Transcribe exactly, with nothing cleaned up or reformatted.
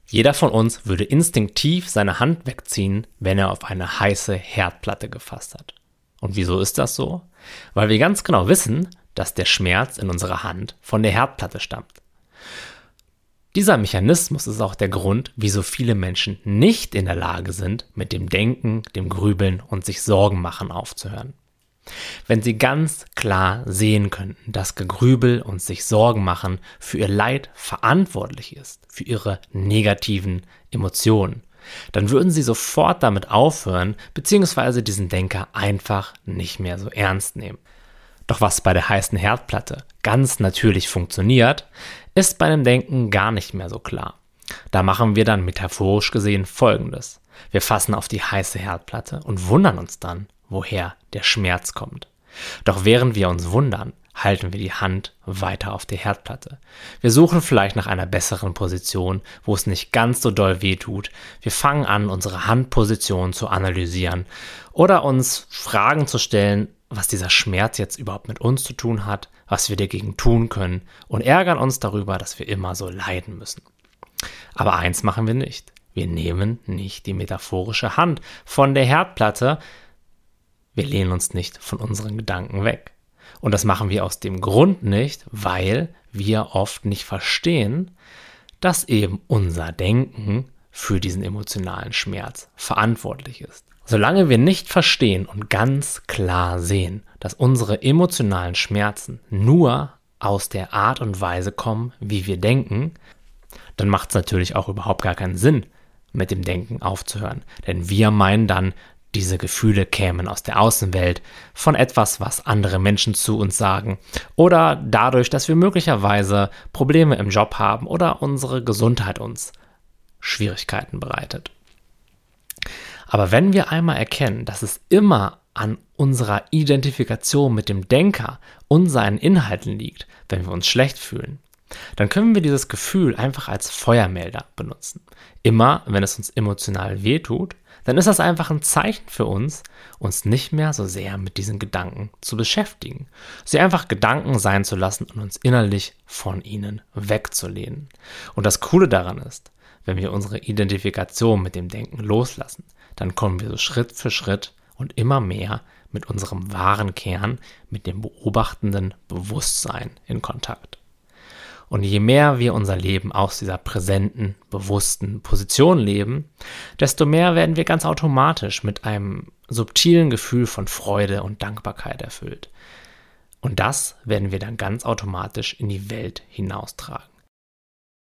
Jeder von uns würde instinktiv seine Hand wegziehen, wenn er auf eine heiße Herdplatte gefasst hat. Und wieso ist das so? Weil wir ganz genau wissen, dass der Schmerz in unserer Hand von der Herdplatte stammt. Dieser Mechanismus ist auch der Grund, wieso viele Menschen nicht in der Lage sind, mit dem Denken, dem Grübeln und sich Sorgen machen aufzuhören. Wenn sie ganz klar sehen könnten, dass Gegrübel und sich Sorgen machen für ihr Leid verantwortlich ist, für ihre negativen Emotionen, dann würden sie sofort damit aufhören, beziehungsweise diesen Denker einfach nicht mehr so ernst nehmen. Doch was bei der heißen Herdplatte ganz natürlich funktioniert, ist bei dem Denken gar nicht mehr so klar. Da machen wir dann metaphorisch gesehen Folgendes. Wir fassen auf die heiße Herdplatte und wundern uns dann, woher der Schmerz kommt. Doch während wir uns wundern, halten wir die Hand weiter auf der Herdplatte. Wir suchen vielleicht nach einer besseren Position, wo es nicht ganz so doll wehtut. Wir fangen an, unsere Handposition zu analysieren oder uns Fragen zu stellen, was dieser Schmerz jetzt überhaupt mit uns zu tun hat, was wir dagegen tun können und ärgern uns darüber, dass wir immer so leiden müssen. Aber eins machen wir nicht. Wir nehmen nicht die metaphorische Hand von der Herdplatte. Wir lehnen uns nicht von unseren Gedanken weg. Und das machen wir aus dem Grund nicht, weil wir oft nicht verstehen, dass eben unser Denken für diesen emotionalen Schmerz verantwortlich ist. Solange wir nicht verstehen und ganz klar sehen, dass unsere emotionalen Schmerzen nur aus der Art und Weise kommen, wie wir denken, dann macht es natürlich auch überhaupt gar keinen Sinn, mit dem Denken aufzuhören. Denn wir meinen dann, diese Gefühle kämen aus der Außenwelt, von etwas, was andere Menschen zu uns sagen oder dadurch, dass wir möglicherweise Probleme im Job haben oder unsere Gesundheit uns Schwierigkeiten bereitet. Aber wenn wir einmal erkennen, dass es immer an unserer Identifikation mit dem Denker und seinen Inhalten liegt, wenn wir uns schlecht fühlen, dann können wir dieses Gefühl einfach als Feuermelder benutzen. Immer, wenn es uns emotional wehtut, dann ist das einfach ein Zeichen für uns, uns nicht mehr so sehr mit diesen Gedanken zu beschäftigen. Sie einfach Gedanken sein zu lassen und uns innerlich von ihnen wegzulehnen. Und das Coole daran ist, wenn wir unsere Identifikation mit dem Denken loslassen, dann kommen wir so Schritt für Schritt und immer mehr mit unserem wahren Kern, mit dem beobachtenden Bewusstsein in Kontakt. Und je mehr wir unser Leben aus dieser präsenten, bewussten Position leben, desto mehr werden wir ganz automatisch mit einem subtilen Gefühl von Freude und Dankbarkeit erfüllt. Und das werden wir dann ganz automatisch in die Welt hinaustragen.